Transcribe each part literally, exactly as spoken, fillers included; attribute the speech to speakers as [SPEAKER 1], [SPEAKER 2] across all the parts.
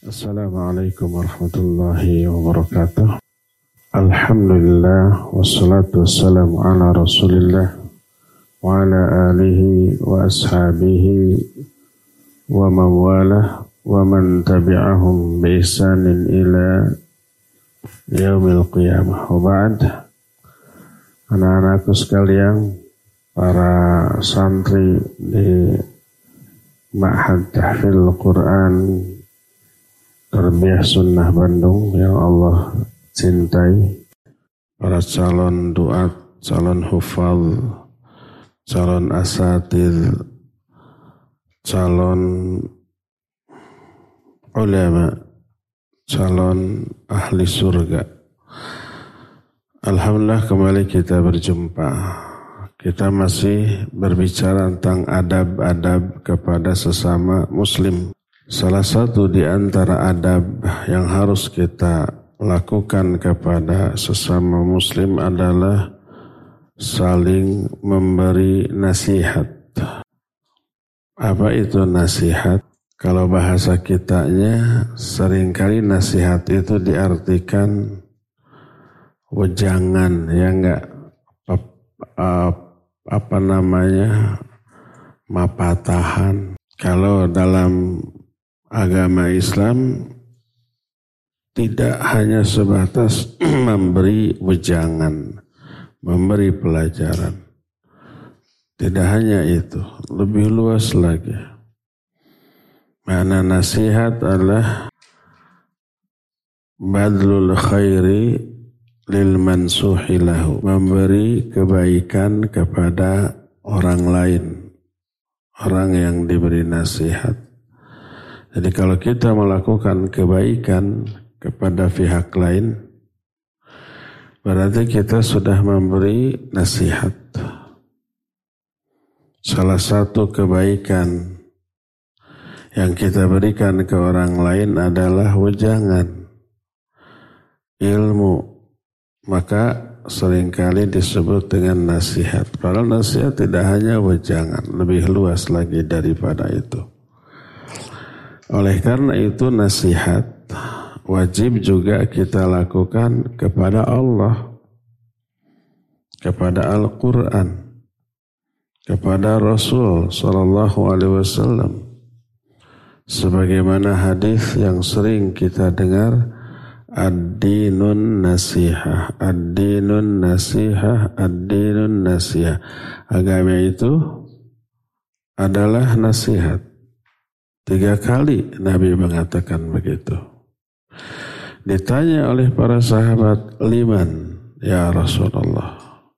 [SPEAKER 1] Assalamualaikum warahmatullahi wabarakatuh. Alhamdulillah wassalatu wassalamu ala Rasulillah wa ala alihi wa ashabihi wa mawalah wa man tabi'ahum bi ihsanin ila yaumil qiyamah. Wa ba'd. Anak-anakku sekalian, para santri di Ma'had Tahfidz Quran Tarbiyah Sunnah Bandung yang Allah cintai, para calon duat, calon hufadz, calon asatidz, calon ulama, calon ahli surga. Alhamdulillah kembali kita berjumpa. Kita masih berbicara tentang adab-adab kepada sesama muslim. Salah satu di antara adab yang harus kita lakukan kepada sesama muslim adalah saling memberi nasihat. Apa itu nasihat? Kalau bahasa kitanya, seringkali nasihat itu diartikan wejangan, ya enggak, apa namanya, mapatahan. Kalau dalam agama Islam tidak hanya sebatas memberi wejangan, memberi pelajaran. Tidak hanya itu, lebih luas lagi. Makna nasihat adalah badlul khairi lil mansuhi lahu, memberi kebaikan kepada orang lain, orang yang diberi nasihat. Jadi kalau kita melakukan kebaikan kepada pihak lain, berarti kita sudah memberi nasihat. Salah satu kebaikan yang kita berikan ke orang lain adalah wejangan, ilmu. Maka seringkali disebut dengan nasihat. Padahal nasihat tidak hanya wejangan, lebih luas lagi daripada itu. Oleh karena itu nasihat wajib juga kita lakukan kepada Allah, kepada Al-Quran, kepada Rasul Sallallahu Alaihi Wasallam. Sebagaimana hadis yang sering kita dengar, ad-dinun nasihah, ad-dinun nasihah, ad-dinun nasihah. Agama itu adalah nasihat. Tiga kali Nabi mengatakan begitu. Ditanya oleh para sahabat, liman ya Rasulullah,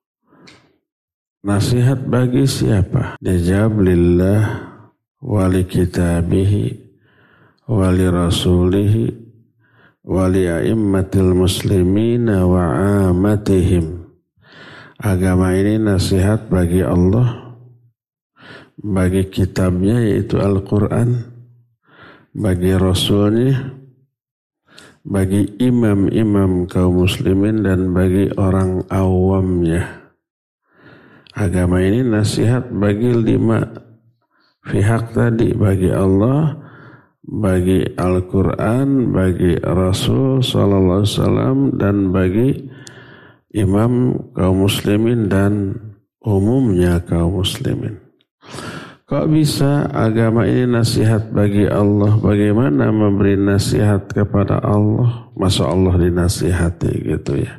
[SPEAKER 1] nasihat bagi siapa? Dijawab, lillah wali kitabihi wali rasulihi wali a'immatil muslimina wa amatihim. Agama ini nasihat bagi Allah, bagi kitabnya yaitu Al-Quran, bagi Rasulnya, bagi imam-imam kaum muslimin, dan bagi orang awamnya. Agama ini nasihat bagi lima pihak tadi, bagi Allah, bagi Al-Quran, bagi Rasul Sallallahu Alaihi Wasallam, dan bagi imam kaum muslimin dan umumnya kaum muslimin. Kok bisa agama ini nasihat bagi Allah? Bagaimana memberi nasihat kepada Allah? Masa Allah dinasihati gitu ya?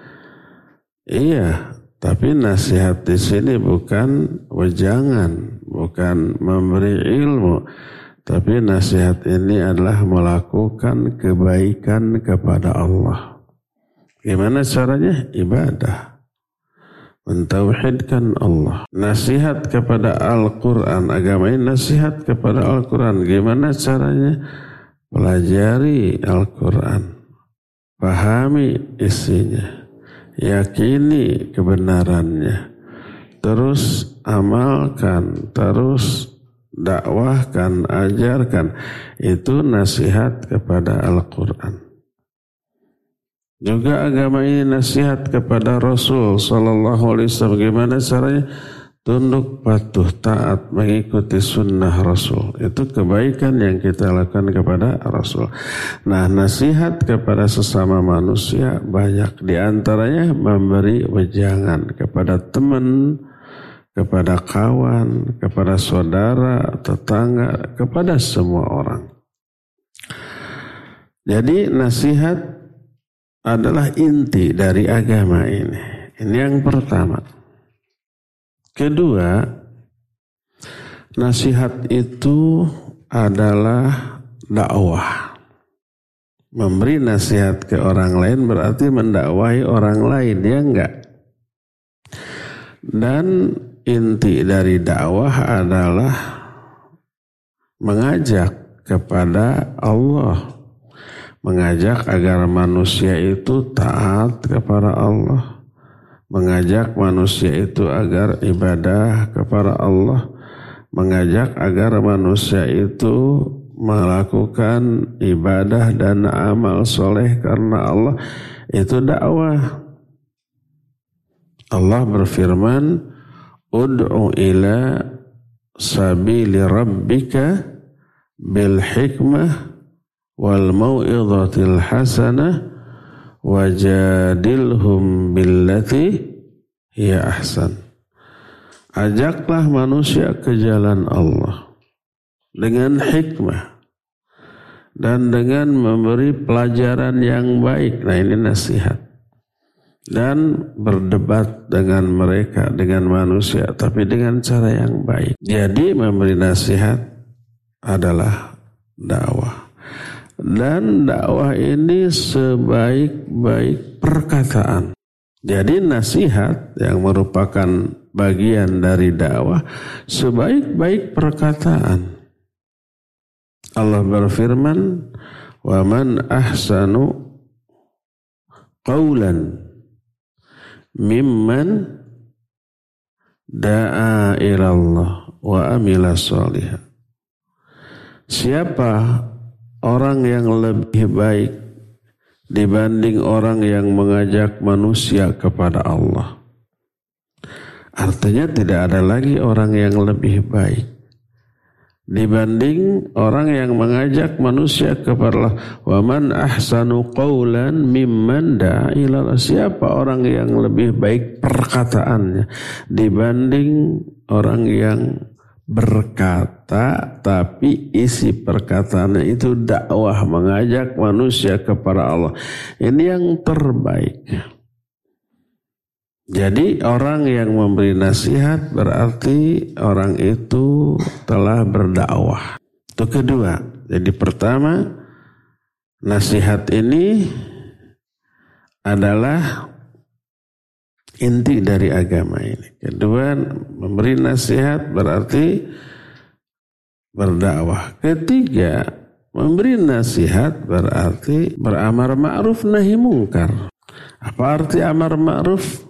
[SPEAKER 1] Iya, tapi nasihat di sini bukan wejangan, bukan memberi ilmu, tapi nasihat ini adalah melakukan kebaikan kepada Allah. Gimana caranya? Ibadah. Mentauhidkan Allah. Nasihat kepada Al-Quran. Agama ini nasihat kepada Al-Quran. Gimana caranya? Pelajari Al-Quran. Pahami isinya. Yakini kebenarannya. Terus amalkan. Terus dakwahkan, ajarkan. Itu nasihat kepada Al-Quran. Juga agama ini nasihat kepada Rasul Sallallahu Alaihi Wasallam. Bagaimana caranya? tunduk, patuh, taat, mengikuti sunnah Rasul. Itu kebaikan yang kita lakukan kepada Rasul. Nah, nasihat kepada sesama manusia banyak. Di antaranya memberi wejangan kepada teman, kepada kawan, kepada saudara, tetangga, kepada semua orang. Jadi nasihat adalah inti dari agama ini. Ini yang pertama. Kedua, nasihat itu adalah dakwah. Memberi nasihat ke orang lain berarti mendakwahi orang lain, ya enggak? Dan inti dari dakwah adalah mengajak kepada Allah. Mengajak agar manusia itu taat kepada Allah. Mengajak manusia itu agar ibadah kepada Allah, mengajak agar manusia itu melakukan ibadah dan amal soleh karena Allah, itu dakwah. Allah berfirman, ud'u ila sabili rabbika bil hikmah wal mau'izatil hasanah wajadilhum billati hiya ahsan. Ajaklah manusia ke jalan Allah dengan hikmah dan dengan memberi pelajaran yang baik. Nah, ini nasihat. Dan berdebat dengan mereka, dengan manusia, tapi dengan cara yang baik. Jadi memberi nasihat adalah dakwah. Dan dakwah ini sebaik-baik perkataan. Jadi nasihat yang merupakan bagian dari dakwah sebaik-baik perkataan. Allah berfirman, "Wa man ahsanu qawlan mimman da'a ilallah wa amila sholihan." Siapa orang yang lebih baik dibanding orang yang mengajak manusia kepada Allah? Artinya tidak ada lagi orang yang lebih baik dibanding orang yang mengajak manusia kepada Allah. Wa man ahsanu qawlan mimman da'a ilallah. Siapa orang yang lebih baik perkataannya dibanding orang yang berkata tapi isi perkataannya itu dakwah, mengajak manusia kepada Allah. Ini yang terbaik. Jadi orang yang memberi nasihat berarti orang itu telah berdakwah. Itu kedua. Jadi pertama, nasihat ini adalah inti dari agama ini. Kedua, memberi nasihat berarti berdakwah. Ketiga, memberi nasihat berarti beramar ma'ruf nahi mungkar. Apa arti amar ma'ruf?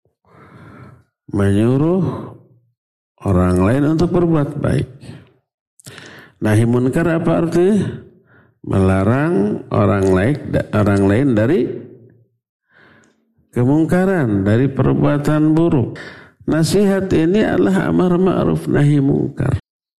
[SPEAKER 1] Menyuruh orang lain untuk berbuat baik. Nahi munkar apa arti? Melarang orang lain orang lain dari kemungkaran, dari perbuatan buruk. Nasihat ini adalah amar ma'ruf nahi mungkar.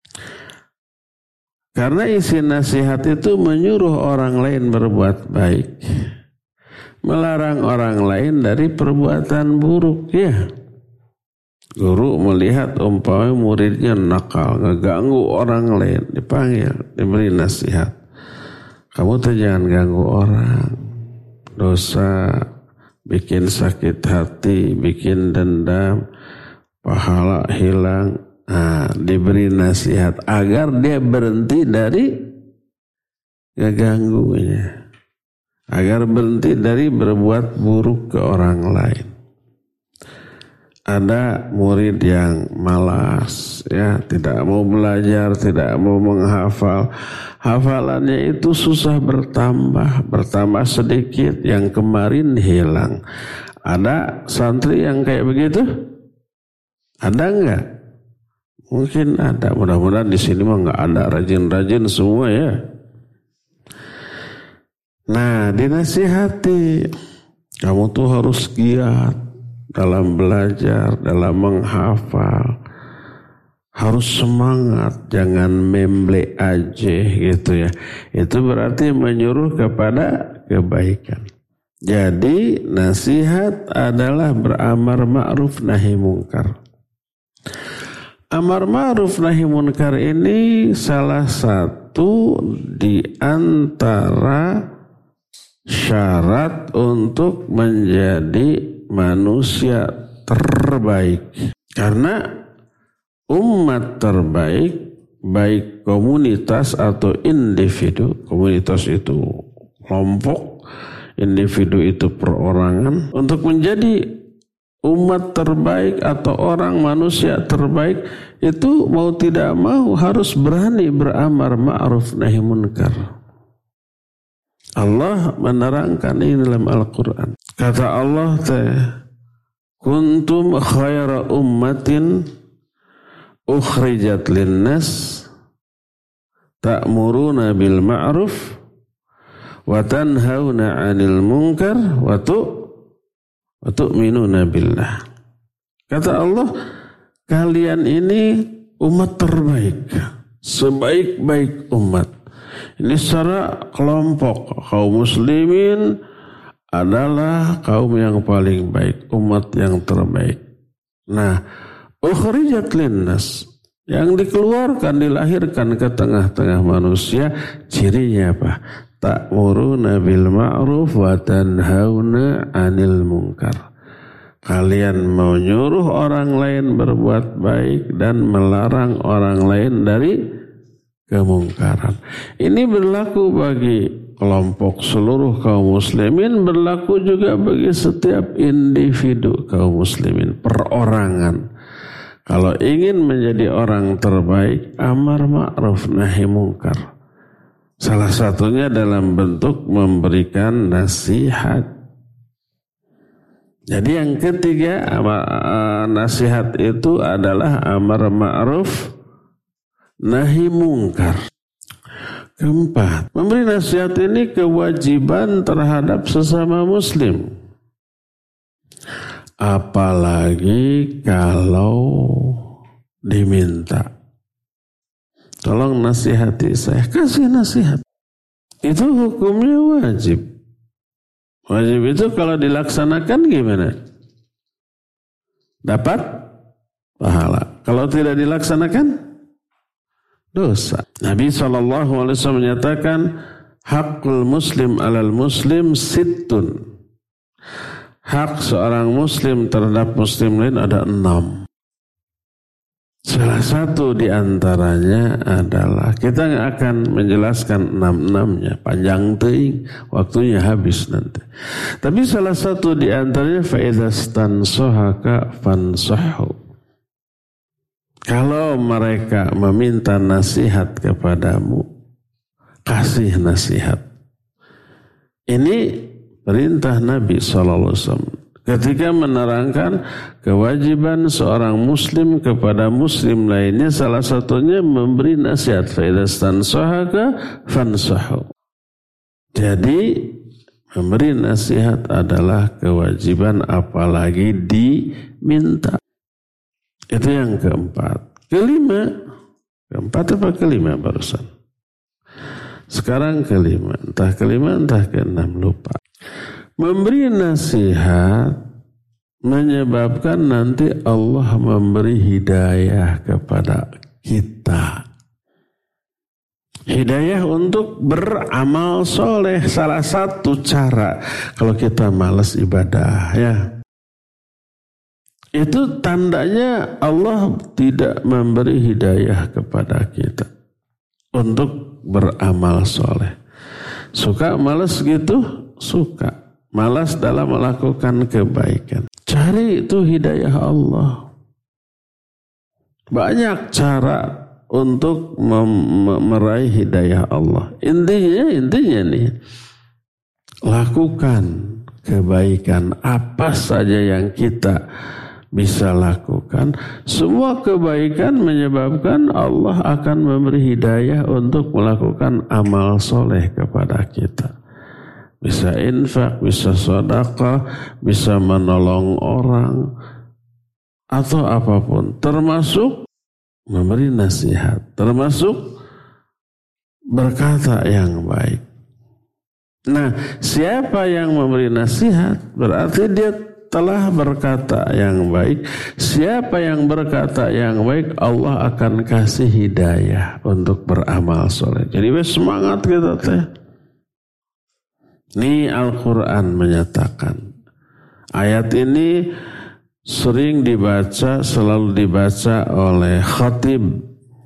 [SPEAKER 1] Karena isi nasihat itu menyuruh orang lain berbuat baik, melarang orang lain dari perbuatan buruk. Ya, guru melihat umpamanya muridnya nakal, ngeganggu orang lain, dipanggil, diberi nasihat. Kamu tuh jangan ganggu orang, dosa, bikin sakit hati, bikin dendam, pahala hilang. Nah, diberi nasihat agar dia berhenti dari ngeganggunya, agar berhenti dari berbuat buruk ke orang lain. Ada murid yang malas, ya, tidak mau belajar, tidak mau menghafal. Hafalannya itu susah bertambah, bertambah sedikit, yang kemarin hilang. Ada santri yang kayak begitu? Ada enggak? Mungkin ada, mudah-mudahan di sini mah enggak ada, rajin-rajin semua ya. Nah, dinasihati, kamu tuh harus giat dalam belajar, dalam menghafal. harus semangat, jangan memble aja gitu ya. Itu berarti menyuruh kepada kebaikan. Jadi nasihat adalah beramar ma'ruf nahi mungkar. Amar ma'ruf nahi munkar ini salah satu di antara syarat untuk menjadi manusia terbaik. Karena umat terbaik, baik komunitas atau individu, komunitas itu kelompok, individu itu perorangan, untuk menjadi umat terbaik atau orang manusia terbaik itu mau tidak mau harus berani beramar ma'ruf nahi munkar. Allah menerangkan ini dalam Al-Quran. Kata Allah teh, kuntum khaira ummatin ukhrijat linnas ta'muruna bil ma'ruf wa tanhauna 'anil munkar wa tu wa tu'minuna billah. Kata Allah, kalian ini umat terbaik, sebaik-baik umat. Ini secara kelompok, kaum muslimin adalah kaum yang paling baik, umat yang terbaik. Nah, ukhrijat linnas, yang dikeluarkan, dilahirkan ke tengah-tengah manusia, cirinya apa? Ta'muruna bil ma'ruf wa tanhauna 'anil munkar. Kalian mau nyuruh orang lain berbuat baik dan melarang orang lain dari kemungkaran. Ini berlaku bagi kelompok seluruh kaum muslimin, berlaku juga bagi setiap individu kaum muslimin, perorangan. Kalau ingin menjadi orang terbaik, amar ma'ruf nahi munkar. Salah satunya dalam bentuk memberikan nasihat. Jadi yang ketiga, nasihat itu adalah amar ma'ruf nahi munkar. Keempat, memberi nasihat ini kewajiban terhadap sesama muslim. Apalagi kalau diminta. Tolong nasihati saya, kasih nasihat. Itu hukumnya wajib. Wajib itu kalau dilaksanakan gimana? Dapat pahala. Kalau tidak dilaksanakan, dosa. Nabi shallallahu alaihi wasallam menyatakan, hakul muslim alal muslim sittun. Hak seorang muslim terhadap muslim lain ada enam. Salah satu di antaranya adalah, kita nggak akan menjelaskan enam-enamnya, panjang teuing, waktunya habis nanti. Tapi salah satu di antaranya fa'idastansohaka fansohu. Kalau mereka meminta nasihat kepadamu, kasih nasihat. Ini perintah Nabi shallallahu alaihi wasallam. Ketika menerangkan kewajiban seorang muslim kepada muslim lainnya, salah satunya memberi nasihat. Fa'idastansohaka fansohu. Jadi memberi nasihat adalah kewajiban, apalagi diminta. Itu yang keempat. Kelima, keempat apa kelima barusan? Sekarang kelima, entah kelima entah keenam, lupa. Memberi nasihat menyebabkan nanti Allah memberi hidayah kepada kita. Hidayah untuk beramal soleh, salah satu cara kalau kita malas ibadah ya. Itu tandanya Allah tidak memberi hidayah kepada kita untuk beramal soleh. Suka malas gitu? Suka. Malas dalam melakukan kebaikan. Cari itu hidayah Allah. Banyak cara untuk meraih hidayah Allah. Intinya, intinya nih, lakukan kebaikan apa saja yang kita bisa lakukan. Semua kebaikan menyebabkan Allah akan memberi hidayah untuk melakukan amal soleh kepada kita. Bisa infak, bisa sedekah, bisa menolong orang, atau apapun. Termasuk memberi nasihat, termasuk berkata yang baik. Nah, siapa yang memberi nasihat berarti dia telah berkata yang baik. Siapa yang berkata yang baik, Allah akan kasih hidayah untuk beramal soleh. Jadi semangat kita teh. Ini Al-Quran menyatakan. Ayat ini sering dibaca, selalu dibaca oleh khatib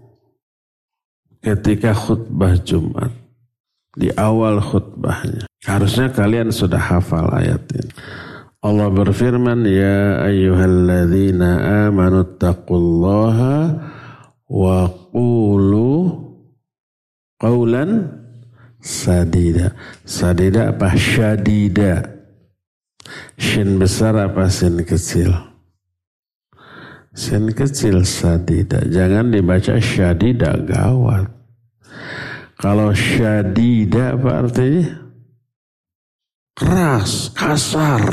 [SPEAKER 1] ketika khutbah Jumat. Di awal khutbahnya. Harusnya kalian sudah hafal ayat ini. Allah berfirman, ya ayyuhalladzina amanu taqullaha wa qulu qawlan sadida. Sadida apa? Syadida. Shin besar apa sin kecil? Sin kecil sadida. Jangan dibaca syadida, gawat. Kalau syadida apa artinya? Keras, kasar.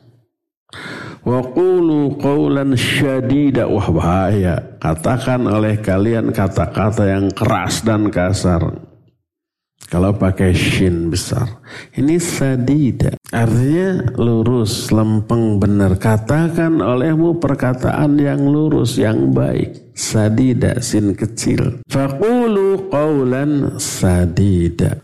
[SPEAKER 1] Wa qulu qawlan syadida. Wah, bahaya. Katakan oleh kalian kata-kata yang keras dan kasar. Kalau pakai shin besar. Ini sadida. Artinya lurus, lempeng, benar. Katakan olehmu perkataan yang lurus, yang baik. Sadida, sin kecil. Faqulu qawlan sadida.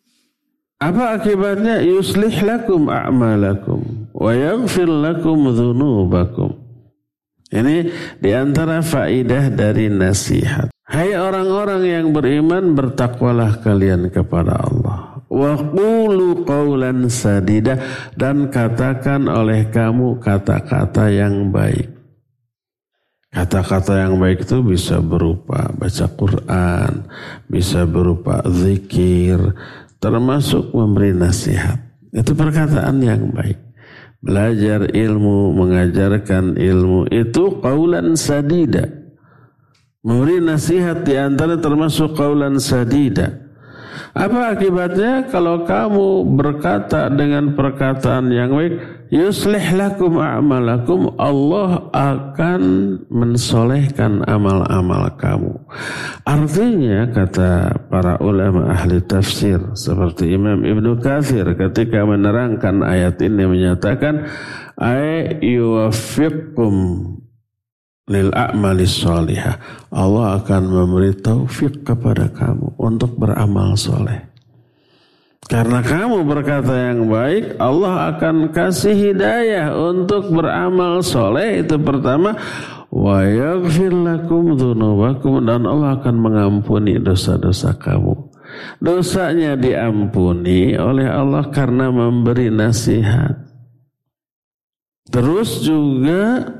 [SPEAKER 1] Apa akibatnya? Yuslih lakum a'malakum wa yaghfir lakum dhunubakum. Ini diantara faidah dari nasihat. Hai orang-orang yang beriman, bertakwalah kalian kepada Allah. Wa qulu qawlan sadida, dan katakan oleh kamu kata-kata yang baik. Kata-kata yang baik itu bisa berupa baca Quran, bisa berupa zikir, termasuk memberi nasihat. Itu perkataan yang baik. Belajar ilmu, mengajarkan ilmu, itu qawlan sadida. Memberi nasihat di antara termasuk qawlan sadida. Apa akibatnya? Kalau kamu berkata dengan perkataan yang baik, yuslih lakum a'malakum, Allah akan mensolehkan amal-amal kamu. Artinya, kata para ulama ahli tafsir seperti Imam Ibnu Katsir ketika menerangkan ayat ini menyatakan, ay yuwaffiqkum lil a'mali sholihah. Allah akan memberi taufik kepada kamu untuk beramal soleh. Karena kamu berkata yang baik, Allah akan kasih hidayah untuk beramal soleh. Itu pertama. Wa yaghfir lakum dzunubakum, dan Allah akan mengampuni dosa-dosa kamu. Dosanya diampuni oleh Allah karena memberi nasihat. Terus juga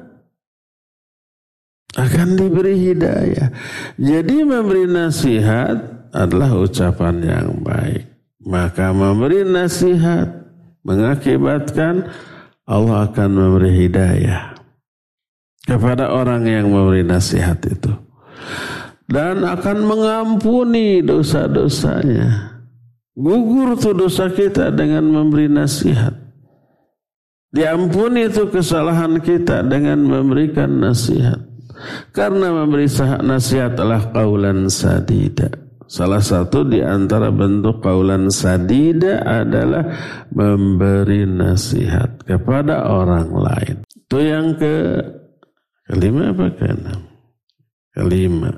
[SPEAKER 1] akan diberi hidayah. Jadi memberi nasihat adalah ucapan yang baik. Maka memberi nasihat mengakibatkan Allah akan memberi hidayah kepada orang yang memberi nasihat itu. Dan akan mengampuni dosa-dosanya. Gugur tuh dosa kita dengan memberi nasihat. Diampuni itu kesalahan kita dengan memberikan nasihat. Karena memberi nasihat adalah qaulan sadida. Salah satu di antara bentuk qaulan sadida adalah memberi nasihat kepada orang lain. Itu yang ke kelima apa keenam? Kelima.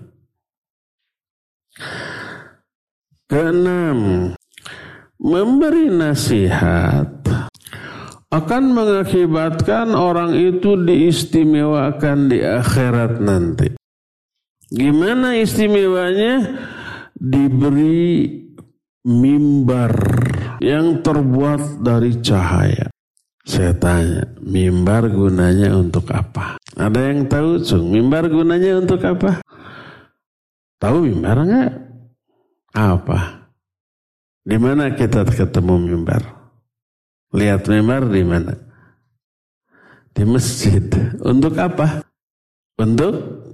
[SPEAKER 1] Keenam, memberi nasihat akan mengakibatkan orang itu diistimewakan di akhirat nanti. Gimana istimewanya? Diberi mimbar yang terbuat dari cahaya. Saya tanya, mimbar gunanya untuk apa? Ada yang tahu, Cung? Mimbar gunanya untuk apa? Tahu mimbar enggak? Apa? Di mana kita ketemu mimbar? Lihat mimbar di mana? Di masjid. Untuk apa? Untuk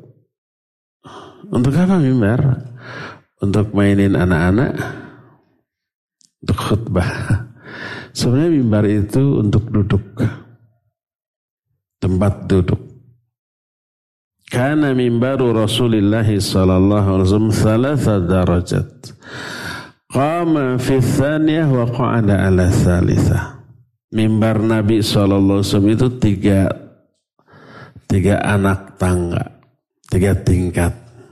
[SPEAKER 1] Untuk apa mimbar? Untuk mainin anak-anak? Untuk khutbah. Sebenarnya mimbar itu untuk duduk. Tempat duduk. Kana mimbaru Rasulillah sallallahu alaihi wasallam thalatha darajat. Qama fi tsaniyah wa qa'ada ala tsalitsah. Mimbar Nabi sallallahu alaihi wasallam itu tiga tiga anak tangga, tiga tingkat.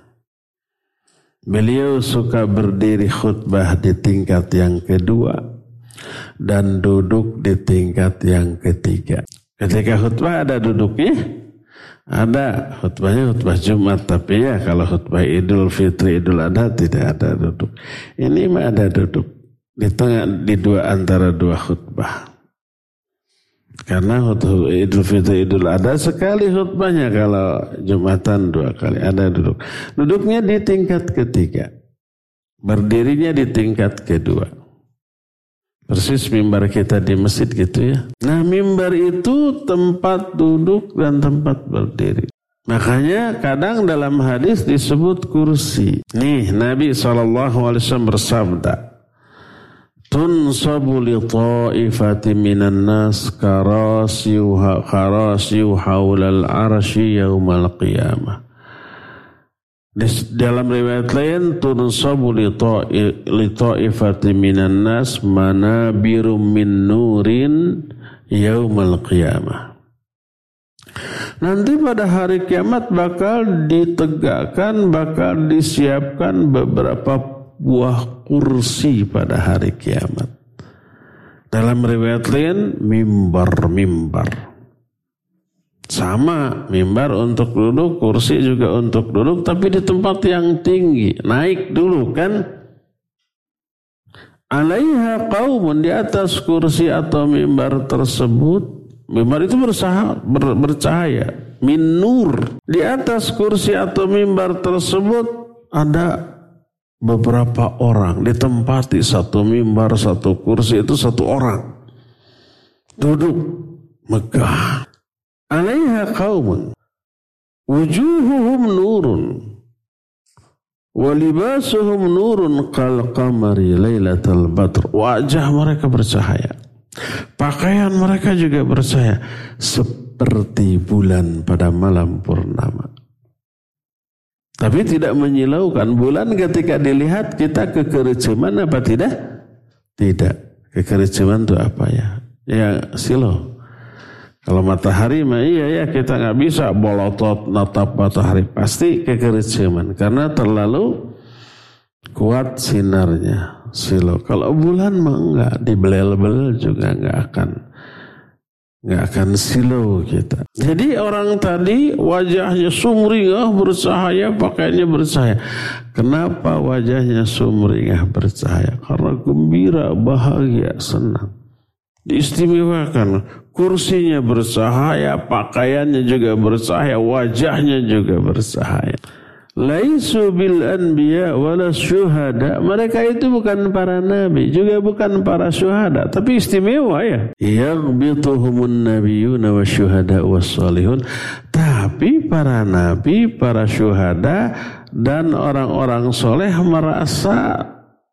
[SPEAKER 1] Beliau suka berdiri khutbah di tingkat yang kedua dan duduk di tingkat yang ketiga. Ketika khutbah ada duduknya, ada khutbahnya khutbah Jumat, tapi ya kalau khutbah Idul Fitri, Idul Adha tidak ada duduk. Ini mah ada duduk di tengah, di dua antara dua khutbah. Karena Idul Fitri, Idul Adha sekali khutbahnya, kalau Jumatan dua kali ada duduk. Duduknya di tingkat ketiga, berdirinya di tingkat kedua. Persis mimbar kita di masjid gitu ya. Nah, mimbar itu tempat duduk dan tempat berdiri. Makanya kadang dalam hadis disebut kursi. Nih, Nabi shallallahu alaihi wasallam bersabda, tunsabu li ta'ifati minan nas karasiyu karasiyu haulal arsy yaumal qiyamah. Di dalam riwayat lain, tunsabu li ta'ifati minan nas manabirum min nurin yaumal qiyamah. Nanti pada hari kiamat bakal ditegakkan, bakal disiapkan beberapa buah kursi pada hari kiamat. Dalam riwayat lain, mimbar-mimbar. Sama, mimbar untuk duduk, kursi juga untuk duduk, tapi di tempat yang tinggi. Naik dulu kan. Alaiha qaumun, di atas kursi atau mimbar tersebut. Mimbar itu bercahaya, ber, bercahaya. Min nur. Di atas kursi atau mimbar tersebut ada beberapa orang. Ditempati satu mimbar, satu kursi itu satu orang. Duduk megah. Alaiha qaumun wujuhuhum nurun wa libasuhum nurun qal qamari lailatal badr. Wajah mereka bercahaya, pakaian mereka juga bercahaya seperti bulan pada malam purnama. Tapi tidak menyilaukan. Bulan ketika dilihat kita kekereceman apa tidak? Tidak. Kekereceman itu apa ya? Ya silau. Kalau matahari mah iya ya, kita nggak bisa bolotot natap matahari, pasti kekereceman karena terlalu kuat sinarnya. Silo. Kalau bulan mah enggak, dibelel-belel juga nggak akan nggak akan silau kita. Jadi orang tadi wajahnya sumringah bercahaya, pakaiannya bercahaya. Kenapa wajahnya sumringah bercahaya? Karena gembira, bahagia, senang. Diistimewakan, kursinya bercahaya, pakaiannya juga bercahaya, wajahnya juga bercahaya. Laisu bil anbiya wala syuhada. Mereka itu bukan para nabi, juga bukan para syuhada, tapi istimewa ya. Yaghbituhumun nabiyuna wasyuhada wassalihun. Tapi para nabi, para syuhada dan orang-orang soleh merasa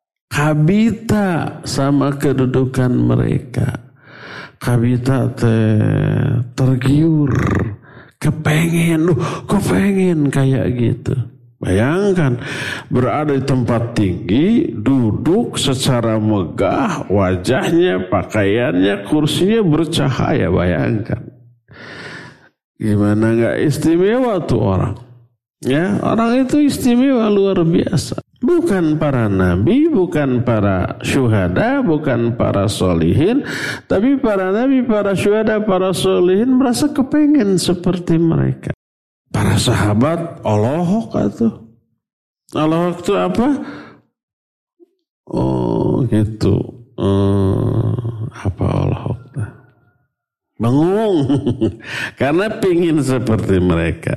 [SPEAKER 1] kabita sama kedudukan mereka. Kabita te, tergiur, kepengen, loh, kepengen kayak gitu. Bayangkan berada di tempat tinggi, duduk secara megah, wajahnya, pakaiannya, kursinya bercahaya. Bayangkan, gimana nggak istimewa tuh orang? Ya, orang itu istimewa luar biasa. Bukan para nabi, bukan para syuhada, bukan para solihin, tapi para nabi, para syuhada, para solihin merasa kepengen seperti mereka. Para sahabat Allahok atuh. Allahok itu apa? Oh gitu. Hmm, apa Allahok? Bengong. Karena pingin seperti mereka.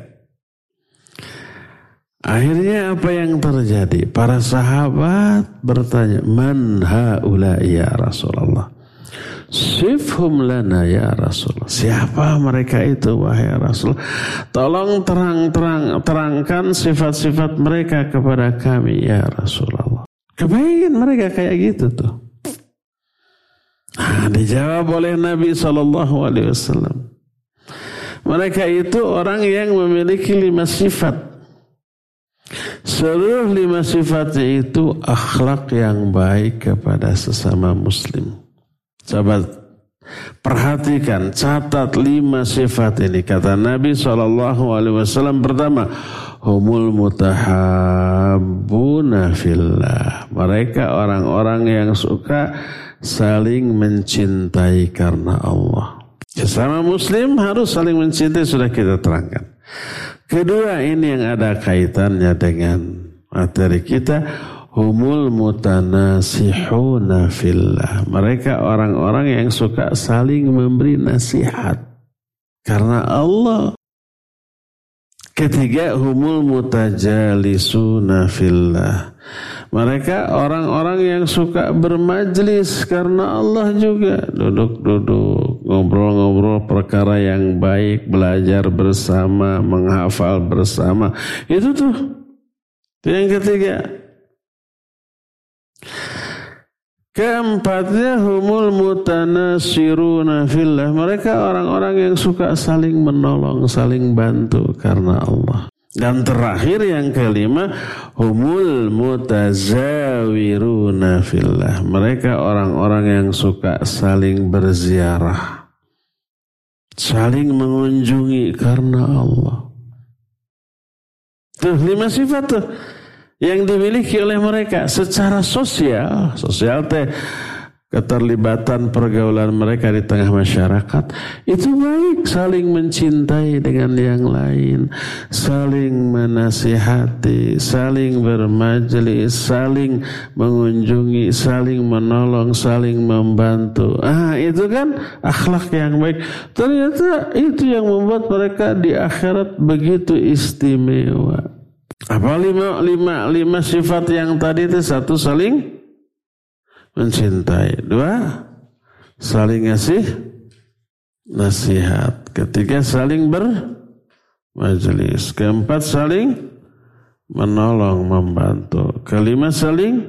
[SPEAKER 1] Akhirnya apa yang terjadi? Para sahabat bertanya, man haula ya Rasulullah? Sifhum lana ya Rasulullah. Siapa mereka itu wahai Rasul? Tolong terang-terang terangkan sifat-sifat mereka kepada kami ya Rasulullah. Kebayang mereka kayak gitu tuh. Nah, dijawab oleh Nabi sallallahu alaihi wasallam. Mereka itu orang yang memiliki lima sifat. Seluruh lima sifatnya itu akhlak yang baik kepada sesama muslim. Coba perhatikan, catat lima sifat ini. Kata Nabi shallallahu alaihi wasallam, pertama, humul mutahabbuna fillah. Mereka orang-orang yang suka saling mencintai karena Allah. Sesama muslim harus saling mencintai, sudah kita terangkan. Kedua, ini yang ada kaitannya dengan materi kita, humul mutanasihuna fillah. Mereka orang-orang yang suka saling memberi nasihat karena Allah. Ketiga, humul mutajalisuna fillah. Mereka orang-orang yang suka bermajlis karena Allah juga. Duduk-duduk, ngobrol-ngobrol perkara yang baik, belajar bersama, menghafal bersama. Itu tuh. Itu yang ketiga. Keempatnya, humul mutanasiruna fillah. Mereka orang-orang yang suka saling menolong, saling bantu karena Allah. Dan terakhir yang kelima, humul mutazawiruna fillah. Mereka orang-orang yang suka saling berziarah, saling mengunjungi karena Allah. Tuh lima sifat tuh yang dimiliki oleh mereka secara sosial. Sosial teh keterlibatan pergaulan mereka di tengah masyarakat itu baik, saling mencintai dengan yang lain, saling menasihati, saling bermajelis, saling mengunjungi, saling menolong, saling membantu. Ah, itu kan akhlak yang baik. Ternyata itu yang membuat mereka di akhirat begitu istimewa. Apa lima, lima, lima sifat yang tadi itu? Satu, saling mencintai. Dua, saling ngasih nasihat. Ketiga, saling bermajelis. Keempat, saling menolong, membantu. Kelima, saling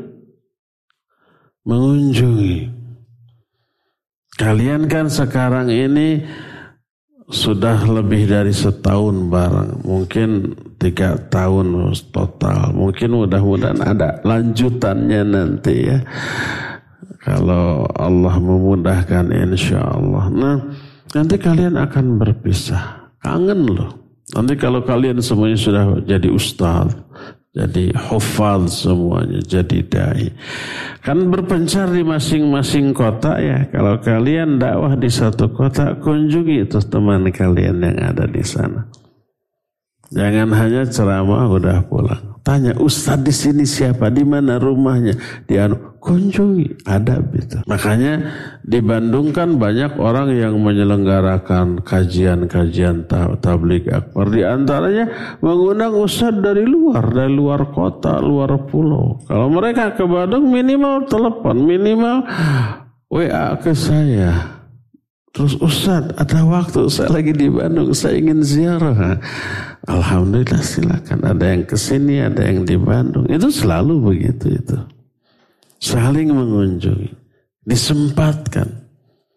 [SPEAKER 1] mengunjungi. Kalian kan sekarang ini sudah lebih dari setahun bareng, mungkin tiga tahun total. Mungkin mudah-mudahan ada lanjutannya nanti ya, kalau Allah memudahkan, insya Allah. Nah, nanti kalian akan berpisah. Kangen loh. Nanti kalau kalian semuanya sudah jadi ustaz, jadi hufaz semuanya, jadi dai. Kan berpencar di masing-masing kota ya. Kalau kalian dakwah di satu kota, kunjungi itu teman kalian yang ada di sana. Jangan hanya ceramah udah pulang. Tanya, ustaz di sini siapa? Di mana rumahnya? Di anu, kunjungi, adab itu. Makanya di Bandung kan banyak orang yang menyelenggarakan kajian-kajian tabligh akbar. Di antaranya mengundang ustaz dari luar, dari luar kota, luar pulau. Kalau mereka ke Bandung minimal telepon, minimal W A ke saya. Terus, ustaz ada waktu, saya lagi di Bandung, saya ingin ziarah. Alhamdulillah, silakan. Ada yang kesini, ada yang di Bandung. Itu selalu begitu itu. Saling mengunjungi, disempatkan.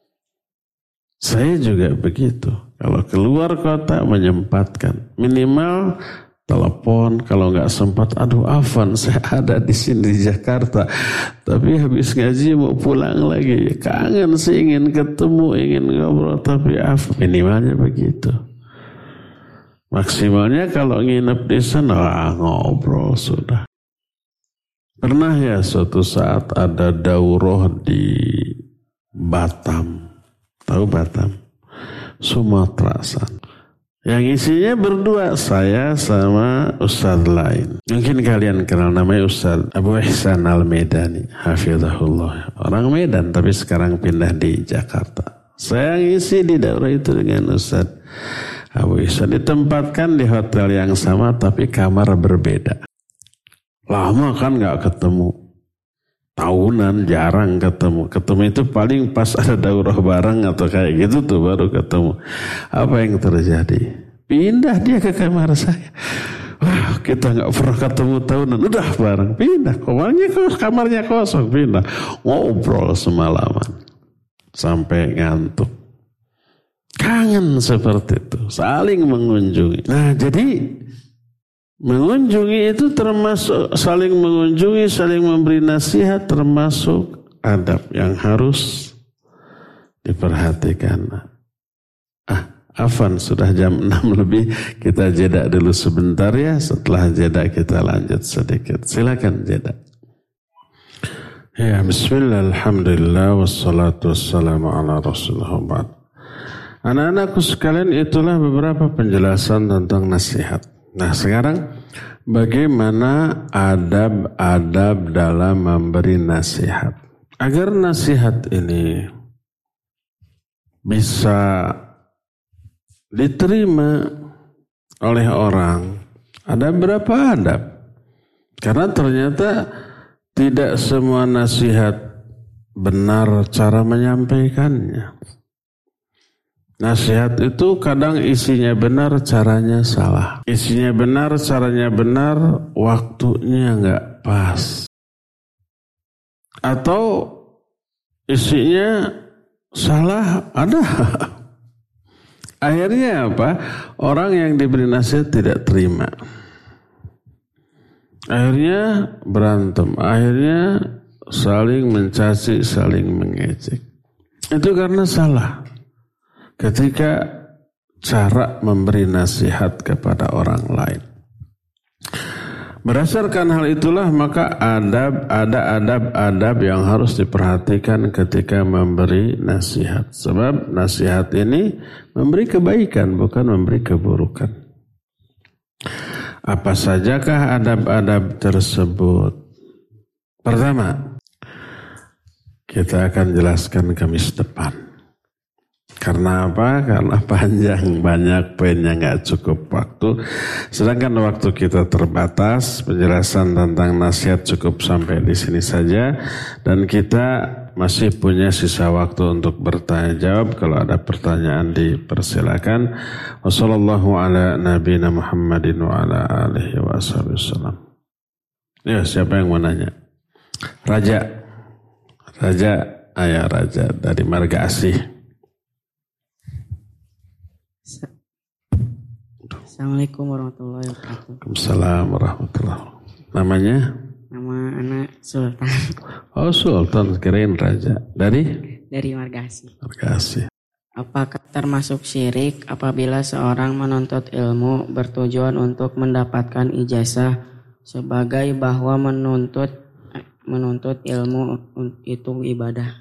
[SPEAKER 1] Saya juga begitu. Kalau keluar kota menyempatkan, minimal telepon. Kalau nggak sempat, aduh Afan, saya ada di sini di Jakarta, tapi habis ngaji mau pulang lagi. Kangen sih, ingin ketemu, ingin ngobrol, tapi Afan, minimalnya begitu. Maksimalnya kalau nginep di sana, ngobrol sudah. Pernah ya suatu saat ada daurah di Batam. Tahu Batam? Sumatera sana. Yang isinya berdua, saya sama ustaz lain. Mungkin kalian kenal, namanya Ustaz Abu Ihsan Al-Medani, hafizahullah. Orang Medan tapi sekarang pindah di Jakarta. Saya ngisi di daurah itu dengan Ustaz Abu Ihsan. Ditempatkan di hotel yang sama tapi kamar berbeda. Lama kan gak ketemu. Tahunan jarang ketemu. Ketemu itu paling pas ada daurah bareng atau kayak gitu tuh baru ketemu. Apa yang terjadi? Pindah dia ke kamar saya. Wah, kita gak pernah ketemu tahunan. Udah bareng, pindah. Kamarnya, kamarnya kosong, pindah. Ngobrol semalaman. Sampai ngantuk. Kangen seperti itu, saling mengunjungi. Nah, jadi mengunjungi itu termasuk saling mengunjungi, saling memberi nasihat, termasuk adab yang harus diperhatikan. Ah, Afan, sudah jam enam lebih, kita jeda dulu sebentar ya. Setelah jeda kita lanjut sedikit. Silakan jeda. Ya, bismillah, alhamdulillah, wassalatu wassalamu ala rasulullah. Anak-anakku sekalian, itulah beberapa penjelasan tentang nasihat. Nah, sekarang bagaimana adab-adab dalam memberi nasihat? Agar nasihat ini bisa diterima oleh orang, ada berapa adab? Karena ternyata tidak semua nasihat benar cara menyampaikannya. Nasihat itu kadang isinya benar, caranya salah. Isinya benar, caranya benar, waktunya enggak pas. Atau isinya salah, ada. Akhirnya apa? Orang yang diberi nasihat tidak terima. Akhirnya berantem. Akhirnya saling mencaci, saling mengejek. Itu karena salah. Ketika cara memberi nasihat kepada orang lain. Berdasarkan hal itulah maka adab, ada adab-adab yang harus diperhatikan ketika memberi nasihat. Sebab nasihat ini memberi kebaikan, bukan memberi keburukan. Apa sajakah adab-adab tersebut? Pertama, kita akan jelaskan Kamis depan. Karena apa? Karena panjang, banyak poinnya, nggak cukup waktu. Sedangkan waktu kita terbatas, penjelasan tentang nasihat cukup sampai di sini saja. Dan kita masih punya sisa waktu untuk bertanya jawab. Kalau ada pertanyaan dipersilakan. Wassallallahu ala nabiyina Muhammadin wa ala alihi wa sallam. Ya, siapa yang mau nanya? Raja. Raja, ayah Raja dari Marga Asih.
[SPEAKER 2] Assalamualaikum warahmatullahi wabarakatuh.
[SPEAKER 1] Waalaikumsalam warahmatullahi wabarakatuh. Namanya?
[SPEAKER 2] Nama anak Sultan.
[SPEAKER 1] Oh, Sultan, kirain Raja. Dari?
[SPEAKER 2] Dari Marga Asih.
[SPEAKER 1] Marga Asih.
[SPEAKER 2] Apakah termasuk syirik apabila seorang menuntut ilmu bertujuan untuk mendapatkan ijazah sebagai bahwa menuntut menuntut ilmu itu ibadah?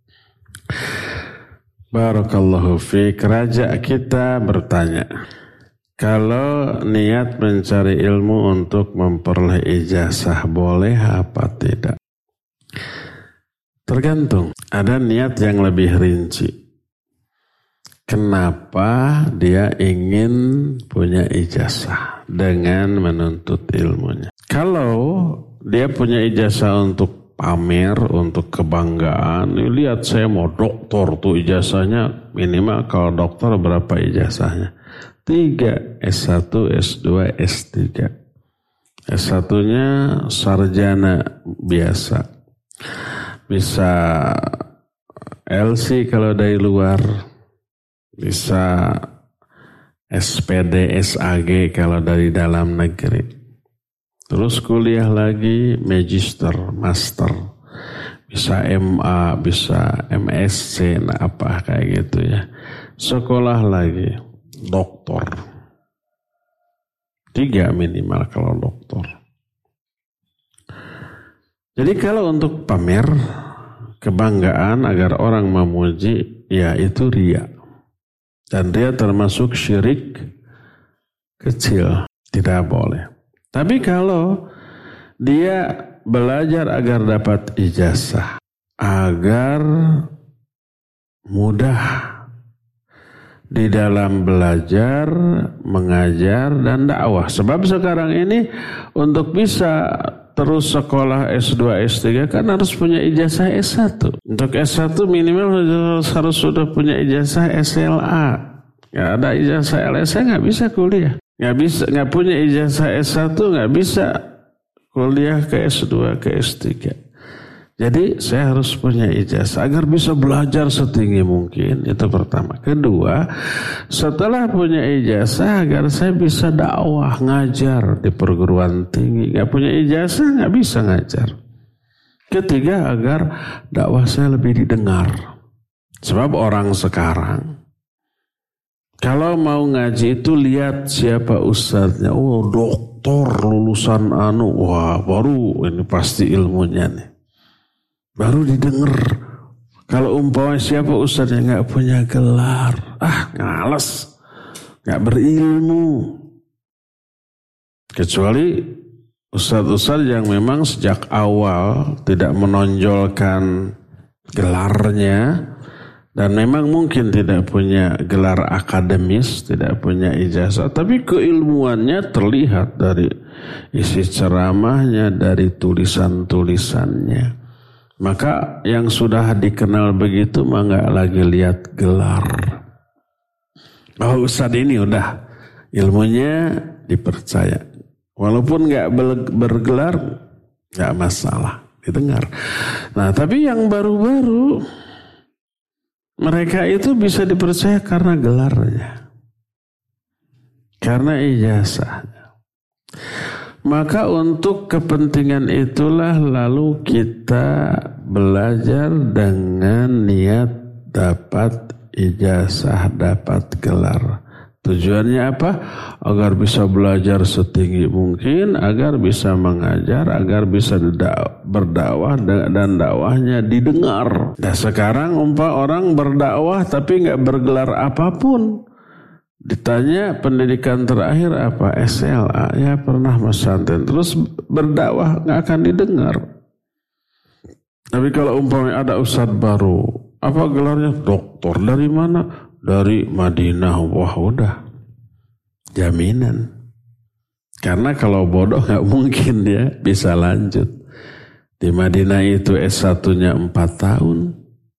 [SPEAKER 1] Barakallahu fiik. Raja kita bertanya, kalau niat mencari ilmu untuk memperoleh ijazah boleh apa tidak? Tergantung. Ada niat yang lebih rinci. Kenapa dia ingin punya ijazah dengan menuntut ilmunya? Kalau dia punya ijazah untuk pamer, untuk kebanggaan, lihat saya mau doktor tuh ijazahnya, minimal kalau dokter berapa ijazahnya? Tiga, S satu, S dua, S tiga. S satunya sarjana biasa. Bisa L C kalau dari luar. Bisa S P D, S A G kalau dari dalam negeri. Terus kuliah lagi, magister, master. Bisa M A, bisa M S C, nah apa kayak gitu ya. Sekolah lagi. Doktor. Tiga minimal kalau doktor. Jadi kalau untuk pamer, kebanggaan agar orang memuji, ya itu riya. Dan riya termasuk syirik kecil. Tidak boleh. Tapi kalau dia belajar agar dapat ijazah, agar mudah di dalam belajar, mengajar, dan dakwah. Sebab sekarang ini untuk bisa terus sekolah S dua, S tiga kan harus punya ijazah S satu. Untuk S satu minimal harus sudah punya ijazah S L A. Gak ada ijazah L S A nggak bisa kuliah. Nggak bisa, nggak punya ijazah S satu nggak bisa kuliah ke S dua, ke S tiga. Jadi saya harus punya ijazah agar bisa belajar setinggi mungkin. Itu pertama. Kedua, setelah punya ijazah agar saya bisa dakwah, ngajar di perguruan tinggi. Gak punya ijazah gak bisa ngajar. Ketiga, agar dakwah saya lebih didengar. Sebab orang sekarang kalau mau ngaji itu lihat siapa ustadznya. Oh, doktor lulusan anu. Wah, baru ini pasti ilmunya nih. Baru didengar. Kalau umpamanya siapa ustadznya nggak punya gelar, ah ngalas, nggak berilmu. Kecuali ustadz-ustadz yang memang sejak awal tidak menonjolkan gelarnya dan memang mungkin tidak punya gelar akademis, tidak punya ijazah, tapi keilmuannya terlihat dari isi ceramahnya, dari tulisan-tulisannya. Maka yang sudah dikenal begitu mah nggak lagi lihat gelar. Oh, ustadz ini udah ilmunya dipercaya. Walaupun nggak bergelar nggak masalah, didengar. Nah, tapi yang baru-baru mereka itu bisa dipercaya karena gelarnya, karena ijazahnya. Maka untuk kepentingan itulah lalu kita belajar dengan niat dapat ijazah, dapat gelar. Tujuannya apa? Agar bisa belajar setinggi mungkin, agar bisa mengajar, agar bisa berdakwah dan dakwahnya didengar. Dan sekarang umpah orang berdakwah tapi nggak bergelar apapun. Ditanya pendidikan terakhir apa? S L A. Ya pernah pesantren. Terus berdakwah nggak akan didengar. Tapi kalau umpamanya ada ustadz baru, apa gelarnya? Doktor. Dari mana? Dari Madinah. Wah udah jaminan. Karena kalau bodoh nggak mungkin dia bisa lanjut. Di Madinah itu S satu-nya empat tahun.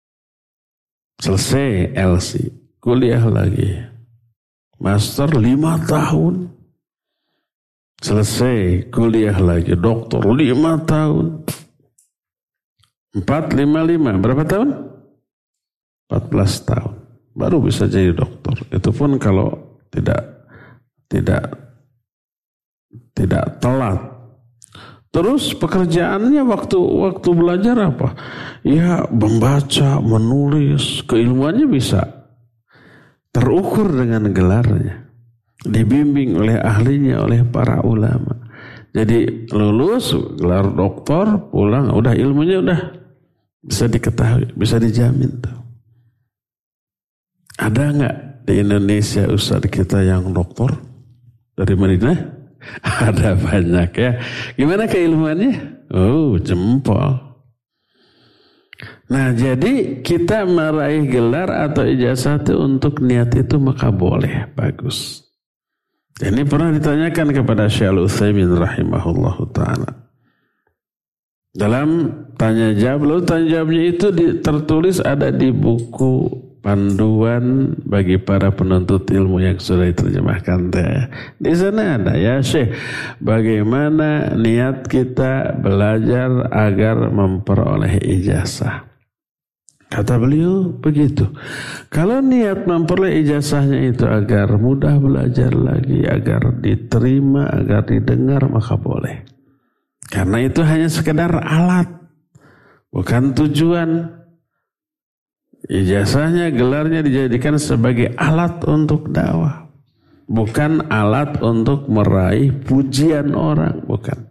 [SPEAKER 1] Selesai L C. Kuliah lagi. Master lima tahun. Selesai kuliah lagi. Doktor lima tahun. Empat, lima, lima. Berapa tahun? Empat belas tahun. Baru bisa jadi dokter. Itu pun kalau tidak tidak tidak telat. Terus pekerjaannya waktu waktu belajar apa? Ya membaca, menulis. Keilmuannya bisa terukur dengan gelarnya, dibimbing oleh ahlinya, oleh para ulama. Jadi lulus gelar doktor, pulang udah ilmunya udah bisa diketahui, bisa dijamin tuh. Ada nggak di Indonesia ustadz kita yang doktor dari Madinah? Ada banyak ya. Gimana keilmuannya? Oh, jempol. Nah, jadi kita meraih gelar atau ijazah itu untuk niat itu maka boleh, bagus. Ini pernah ditanyakan kepada Syekh Al-Utsaimin rahimahullahu ta'ala. Dalam tanya jawab, lalu tanya jawabnya itu tertulis ada di buku panduan bagi para penuntut ilmu yang sudah diterjemahkan. Di sana ada ya Syekh, bagaimana niat kita belajar agar memperoleh ijazah. Kata beliau begitu. Kalau niat memperoleh ijazahnya itu agar mudah belajar lagi, agar diterima, agar didengar, maka boleh. Karena itu hanya sekedar alat, bukan tujuan. Ijazahnya, gelarnya dijadikan sebagai alat untuk dakwah, bukan alat untuk meraih pujian orang, bukan.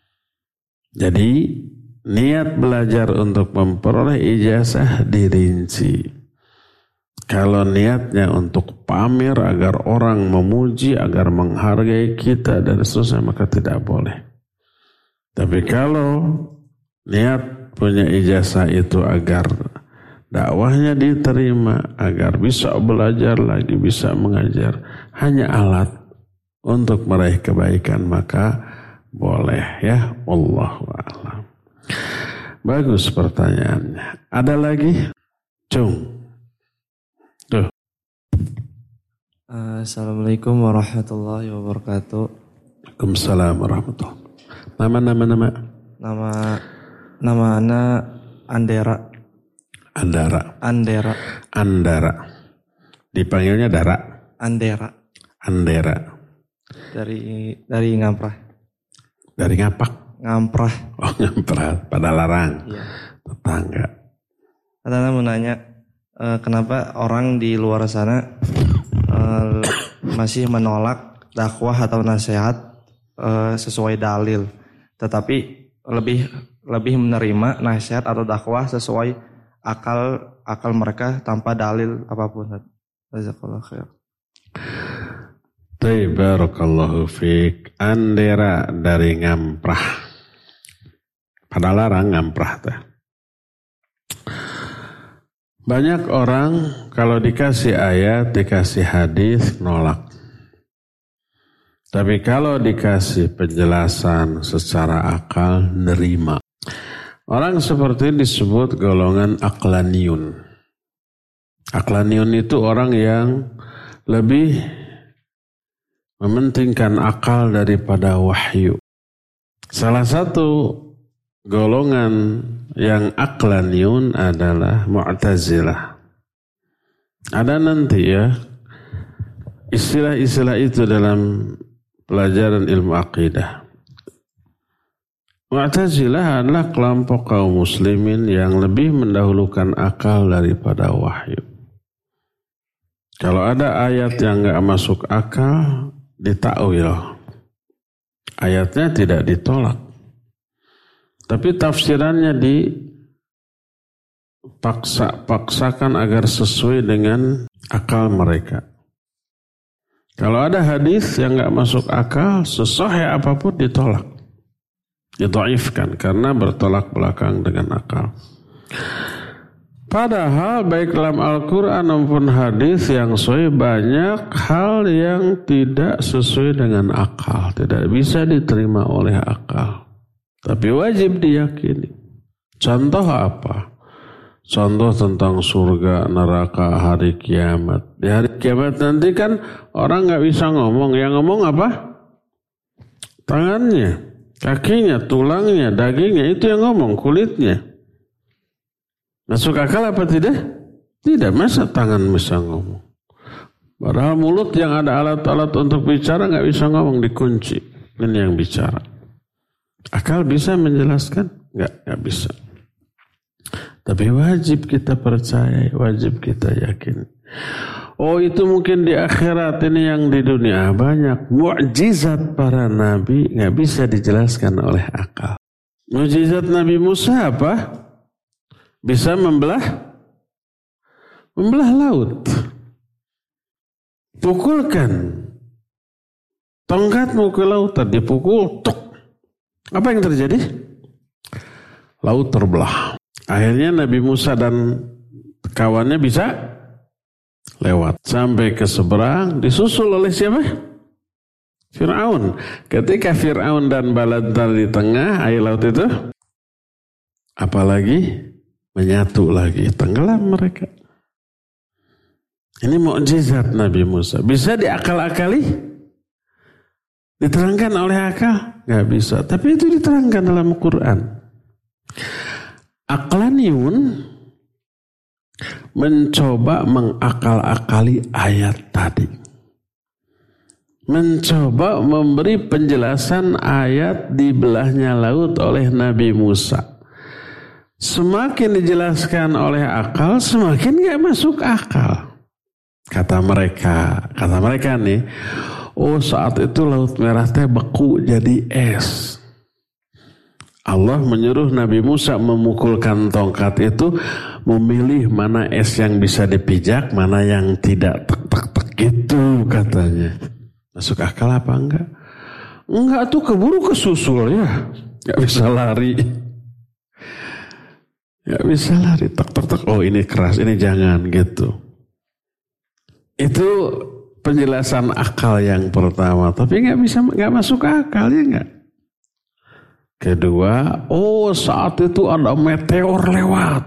[SPEAKER 1] Jadi niat belajar untuk memperoleh ijazah dirinci. Kalau niatnya untuk pamer agar orang memuji, agar menghargai kita dan seterusnya, maka tidak boleh. Tapi kalau niat punya ijazah itu agar dakwahnya diterima, agar bisa belajar lagi, bisa mengajar, hanya alat untuk meraih kebaikan, maka boleh ya. Wallahu a'lam. Bagus pertanyaannya. Ada lagi? Cung. Tuh.
[SPEAKER 3] Assalamualaikum warahmatullahi wabarakatuh.
[SPEAKER 1] Waalaikumsalam warahmatullahi wabarakatuh. Nama, nama, nama.
[SPEAKER 3] Nama Nama ana Andera.
[SPEAKER 1] Andara.
[SPEAKER 3] Andera.
[SPEAKER 1] Andara. Dipanggilnya Dara.
[SPEAKER 3] Andera.
[SPEAKER 1] Andera.
[SPEAKER 3] Dari dari Ngamprah.
[SPEAKER 1] Dari ngapak.
[SPEAKER 3] Ngamprah.
[SPEAKER 1] Oh, Ngamprah. Pada Larang.
[SPEAKER 3] Iya.
[SPEAKER 1] Tetangga.
[SPEAKER 3] Katanya mau nanya uh, kenapa orang di luar sana uh, masih menolak dakwah atau nasihat uh, sesuai dalil, tetapi lebih lebih menerima nasihat atau dakwah sesuai akal akal mereka tanpa dalil apapun. Jazakallahu khair.
[SPEAKER 1] Barakallahu fiik. Andera dari Ngamprah. Pada Larang Ngamprah teh. Banyak orang kalau dikasih ayat, dikasih hadis nolak. Tapi kalau dikasih penjelasan secara akal, nerima. Orang seperti ini disebut golongan aqlaniyun. Aqlaniyun itu orang yang lebih mementingkan akal daripada wahyu. Salah satu golongan yang aqlaniyun adalah Mu'tazilah. Ada nanti ya istilah-istilah itu dalam pelajaran ilmu akidah. Mu'tazilah adalah kelompok kaum muslimin yang lebih mendahulukan akal daripada wahyu. Kalau ada ayat yang enggak masuk akal, ditakwil. Ayatnya tidak ditolak. Tapi tafsirannya dipaksa-paksakan agar sesuai dengan akal mereka. Kalau ada hadis yang enggak masuk akal, sesahih apapun ditolak. Didhaifkan karena bertolak belakang dengan akal. Padahal baik dalam Al-Quran maupun hadis yang sahih banyak hal yang tidak sesuai dengan akal. Tidak bisa diterima oleh akal. Tapi wajib diyakini. Contoh apa? Contoh tentang surga, neraka, hari kiamat. Di hari kiamat nanti kan orang gak bisa ngomong. Yang ngomong apa? Tangannya, kakinya, tulangnya, dagingnya. Itu yang ngomong, kulitnya. Masuk akal apa tidak? Tidak, masa tangan bisa ngomong. Padahal mulut yang ada alat-alat untuk bicara gak bisa ngomong, dikunci. Ini yang bicara. Akal bisa menjelaskan? Gak, gak bisa. Tapi wajib kita percaya, wajib kita yakin. Oh itu mungkin di akhirat, ini yang di dunia. Banyak mukjizat para nabi gak bisa dijelaskan oleh akal. Mukjizat Nabi Musa apa? Bisa membelah membelah laut. Pukulkan tongkatmu ke lautan, dipukul, tuk. Apa yang terjadi? Laut terbelah. Akhirnya Nabi Musa dan kawannya bisa lewat sampai ke seberang, disusul oleh siapa? Fir'aun. Ketika Fir'aun dan bala tentara di tengah air laut itu, apalagi menyatu lagi, tenggelam mereka. Ini mukjizat Nabi Musa. Bisa diakal-akali? Diterangkan oleh akal? Gak bisa. Tapi itu diterangkan dalam Quran. Aqlaniyun mencoba mengakal-akali ayat tadi. Mencoba memberi penjelasan ayat di belahnya laut oleh Nabi Musa. Semakin dijelaskan oleh akal, semakin gak masuk akal. Kata mereka, kata mereka nih, oh saat itu Laut Merah teh beku jadi es. Allah menyuruh Nabi Musa memukulkan tongkat itu, memilih mana es yang bisa dipijak, mana yang tidak, tek tek tek gitu katanya. Masuk akal apa enggak? Enggak tuh, keburu kesusul ya, gak bisa lari. Gak bisa lari, tek tek tek, oh ini keras, ini jangan gitu. Itu penjelasan akal yang pertama, tapi gak bisa, gak masuk akal ya gak? Kedua, oh saat itu ada meteor lewat.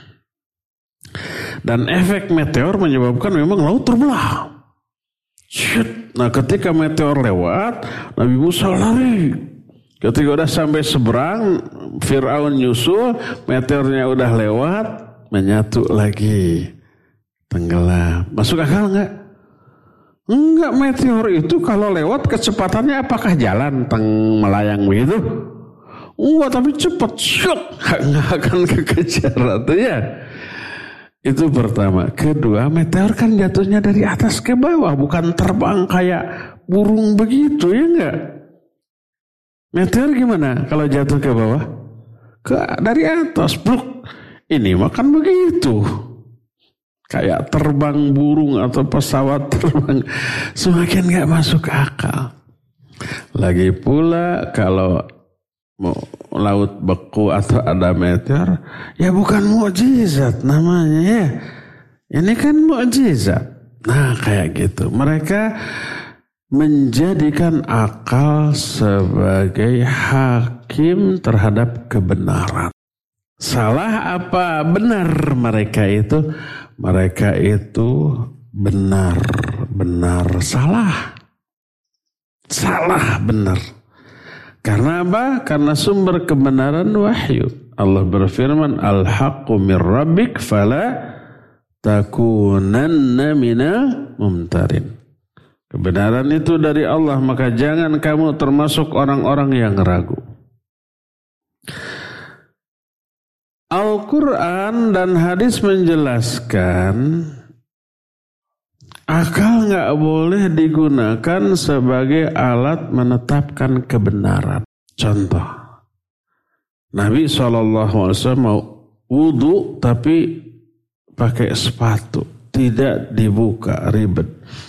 [SPEAKER 1] Dan efek meteor menyebabkan memang laut terbelah. Shit. Nah ketika meteor lewat, Nabi Musa lari. Ketika udah sampai seberang, Fir'aun nyusul, meteornya udah lewat, menyatu lagi, tenggelam. Masuk akal nggak? Enggak, meteor itu kalau lewat kecepatannya apakah jalan teng melayang begitu? Enggak, tapi cepat, syuk, nggak akan kekejar tuh ya. Itu pertama. Kedua, meteor kan jatuhnya dari atas ke bawah, bukan terbang kayak burung begitu, ya enggak? Meteor gimana kalau jatuh ke bawah? Ke dari atas, bluk. Ini makan begitu. Kayak terbang burung atau pesawat terbang. Semakin enggak masuk akal. Lagi pula kalau mau laut beku atau ada meteor, ya bukan mukjizat namanya ya. Ini kan mukjizat. Nah kayak gitu. Mereka menjadikan akal sebagai hakim terhadap kebenaran. Salah apa benar mereka itu? Mereka itu benar, benar, salah. Salah, benar. Karena apa? Karena sumber kebenaran wahyu. Allah berfirman, Al-haqqu min rabbik fala takunanna minal mumtarin. Kebenaran itu dari Allah, maka jangan kamu termasuk orang-orang yang ragu. Al-Quran dan hadis menjelaskan akal nggak boleh digunakan sebagai alat menetapkan kebenaran. Contoh, Nabi shallallahu alaihi wasallam mau wudu tapi pakai sepatu, tidak dibuka, ribet.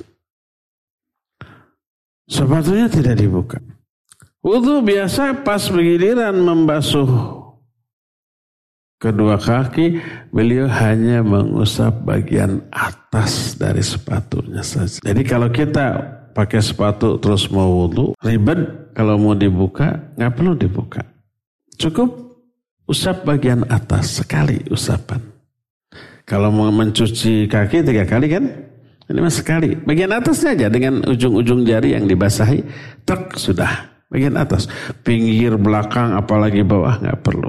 [SPEAKER 1] Sepatunya tidak dibuka. Wudu biasa pas begiliran membasuh kedua kaki, beliau hanya mengusap bagian atas dari sepatunya saja. Jadi kalau kita pakai sepatu terus mau wudu, ribet. Kalau mau dibuka, nggak perlu dibuka. Cukup usap bagian atas, sekali usapan. Kalau mau mencuci kaki tiga kali kan? Ini mas sekali. Bagian atasnya aja dengan ujung-ujung jari yang dibasahi, tek sudah. Bagian atas, pinggir belakang apalagi bawah nggak perlu.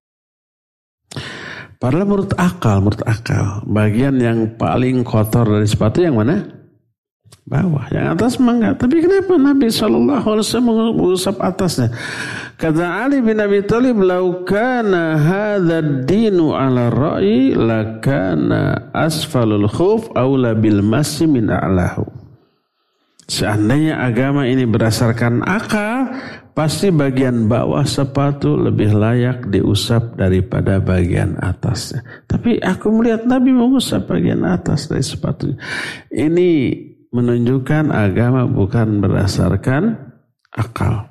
[SPEAKER 1] Padahal menurut akal, menurut akal, bagian yang paling kotor dari sepatu yang mana? Bawah. Yang atas mah enggak. Tapi kenapa Nabi shallallahu alaihi wasallam mengusap atasnya? Kata Ali bin Abi Thalib, "Lau kana hadha ad-dinu ala ra'i lakana asfalul khuf aula bil masyi min a'lahu." Seandainya agama ini berdasarkan akal, pasti bagian bawah sepatu lebih layak diusap daripada bagian atasnya. Tapi aku melihat Nabi mengusap bagian atas dari sepatunya. Ini menunjukkan agama bukan berdasarkan akal.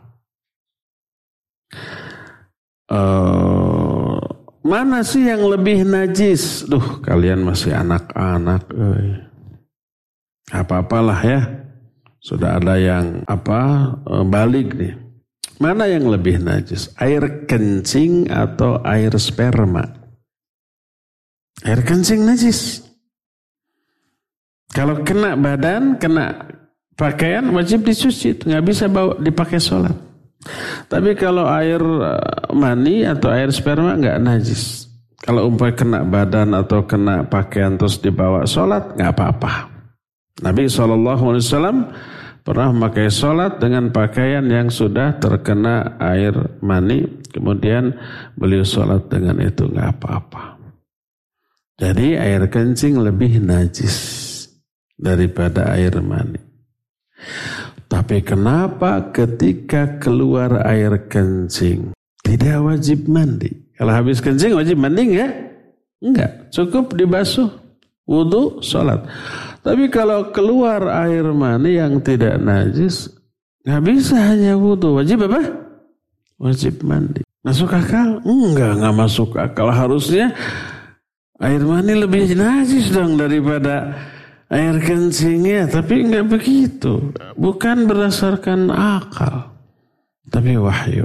[SPEAKER 1] Uh, mana sih yang lebih najis? Duh, kalian masih anak-anak. Eh. Apa-apalah ya. Sudah ada yang apa uh, balik nih. Mana yang lebih najis? Air kencing atau air sperma? Air kencing najis. Kalau kena badan, kena pakaian, wajib dicuci. Nggak bisa bawa dipakai sholat. Tapi kalau air mani atau air sperma nggak najis. Kalau umpamanya kena badan atau kena pakaian terus dibawa sholat, nggak apa-apa. Nabi shallallahu alaihi wasallam pernah memakai sholat dengan pakaian yang sudah terkena air mani. Kemudian beliau sholat dengan itu, nggak apa-apa. Jadi air kencing lebih najis daripada air mani. Tapi kenapa ketika keluar air kencing tidak wajib mandi? Kalau habis kencing wajib mandi enggak? Enggak, cukup dibasuh, wudu, sholat. Tapi kalau keluar air mani yang tidak najis, nggak bisa hanya wudu, wajib apa? Wajib mandi. Masuk akal? Enggak, nggak masuk akal. Harusnya air mani lebih najis dong daripada air kencingnya, tapi enggak begitu. Bukan berdasarkan akal, tapi wahyu.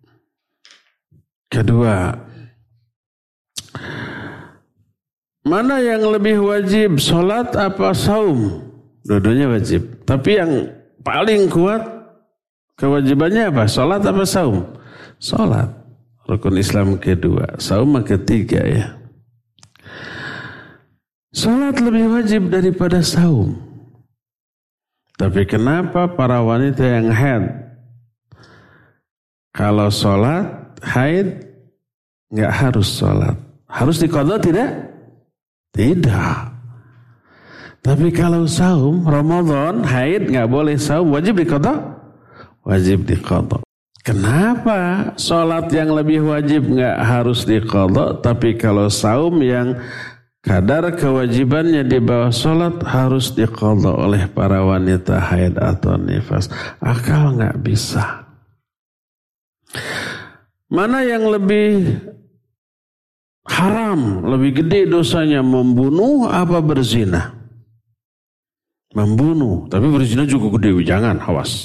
[SPEAKER 1] Kedua, mana yang lebih wajib, sholat apa saum? Dua-duanya wajib. Tapi yang paling kuat Kewajibannya apa? Salat apa saum? Salat. Rukun Islam kedua. Saum ketiga ya. Salat lebih wajib daripada saum. Tapi kenapa para wanita yang haid, kalau salat haid nggak harus salat? Harus diqadha tidak? Tidak. Tapi kalau saum Ramadan haid nggak boleh saum, wajib diqadha? Wajib diqadha. Kenapa salat yang lebih wajib nggak harus diqadha, tapi kalau saum yang kadar kewajibannya di bawah salat harus diqadha oleh para wanita haid atau nifas? Akal nggak bisa. Mana yang lebih haram, lebih gede dosanya, membunuh apa berzina? Membunuh, tapi berzina juga gede, jangan, awas.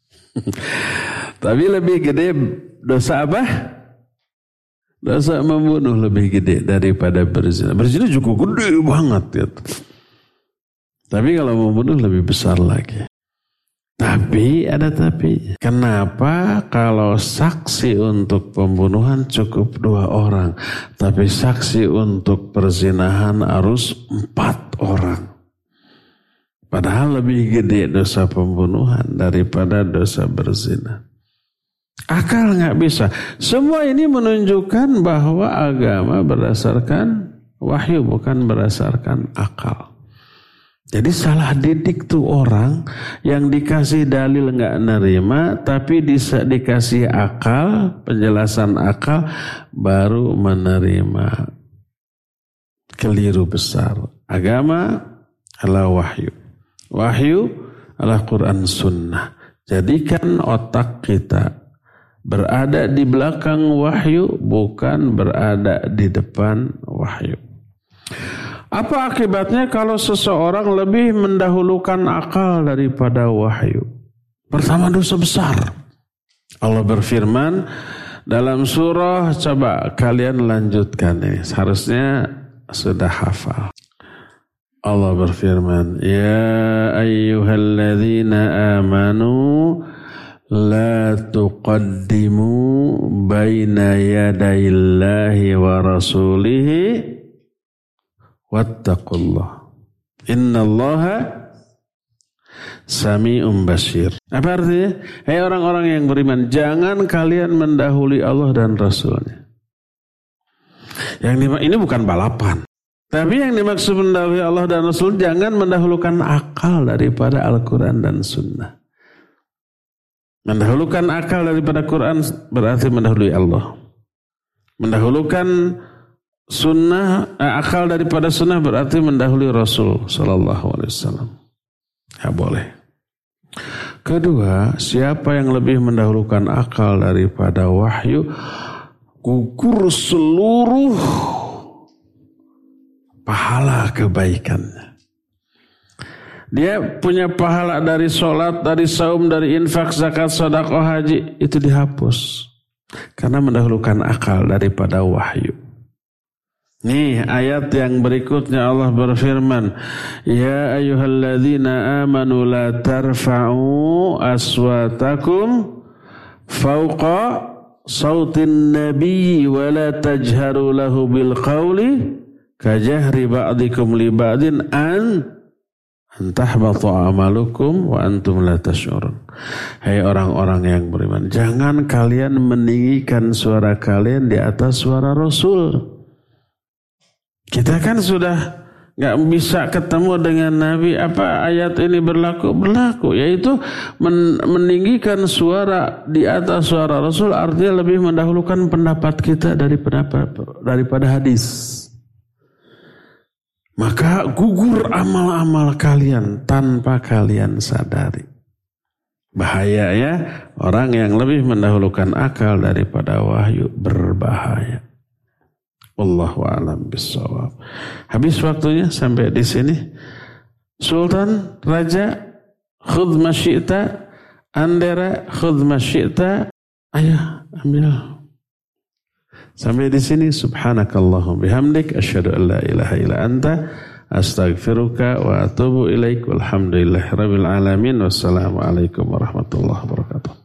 [SPEAKER 1] Tapi lebih gede dosa apa? Dosa membunuh lebih gede daripada berzina. Berzina juga gede banget gitu. Tapi kalau membunuh lebih besar lagi. Tapi ada tapi. Kenapa kalau saksi untuk pembunuhan cukup dua orang, tapi saksi untuk perzinahan harus empat orang? Padahal lebih gede dosa pembunuhan daripada dosa berzina. Akal nggak bisa. Semua ini menunjukkan bahwa agama berdasarkan wahyu, bukan berdasarkan akal. Jadi salah didik tuh orang yang dikasih dalil nggak nerima, tapi bisa dikasih akal, penjelasan akal, baru menerima. Keliru besar. Agama adalah wahyu. Wahyu adalah Quran Sunnah. Jadikan otak kita berada di belakang wahyu, bukan berada di depan wahyu. Apa akibatnya kalau seseorang lebih mendahulukan akal daripada wahyu? Pertama, dosa besar. Allah berfirman dalam surah, coba kalian lanjutkan ini, seharusnya sudah hafal. Allah berfirman, ya ayyuhalladzina amanu la tuqaddimu baina yadayillahi wa rasulihi wattaqullah innallaha sami'un basir. Apa artinya? Hai orang-orang yang beriman, jangan kalian mendahului Allah dan Rasulnya. Yang ini bukan balapan. Tapi yang dimaksud mendahului Allah dan Rasul, jangan mendahulukan akal daripada Al-Quran dan Sunnah. Mendahulukan akal daripada Quran berarti mendahului Allah. Mendahulukan sunnah, eh, akal daripada sunnah berarti mendahului Rasul Sallallahu Alaihi Wasallam. Ya boleh. Kedua, siapa yang lebih mendahulukan akal daripada wahyu, gugur seluruh pahala kebaikannya. Dia punya pahala dari sholat, dari saum, dari infak, zakat, sedekah, haji, itu dihapus. Karena mendahulukan akal daripada wahyu. Nih ayat yang berikutnya Allah berfirman, ya ayyuhalladzina amanu la tarfa'u aswatakum fawqa sautin nabiyyi wa la tajharu lahu bil qawli kajahri ba'dikum li ba'din an antahbatu amalukum wa antum la tash'urun. Hai orang-orang yang beriman, jangan kalian meninggikan suara kalian di atas suara Rasul. Kita kan sudah gak bisa ketemu dengan Nabi. Apa ayat ini berlaku? Berlaku, yaitu men- meninggikan suara di atas suara Rasul artinya lebih mendahulukan pendapat kita daripada, daripada hadis. Maka gugur amal-amal kalian tanpa kalian sadari. Bahaya ya, orang yang lebih mendahulukan akal daripada wahyu berbahaya. Wallahu a'lam bishawab. Habis waktunya sampai di sini. Sultan, Raja, khudh ma syi'ta, Andera, khudh ma syi'ta. Ayo, ambil. Sampai di sini. Subhanakallahum bihamdik, asyhadu an la ilaha illa anta, astaghfiruka wa atubu ilaik. Walhamdulillahirabbil alamin. Wassalamualaikum warahmatullahi wabarakatuh.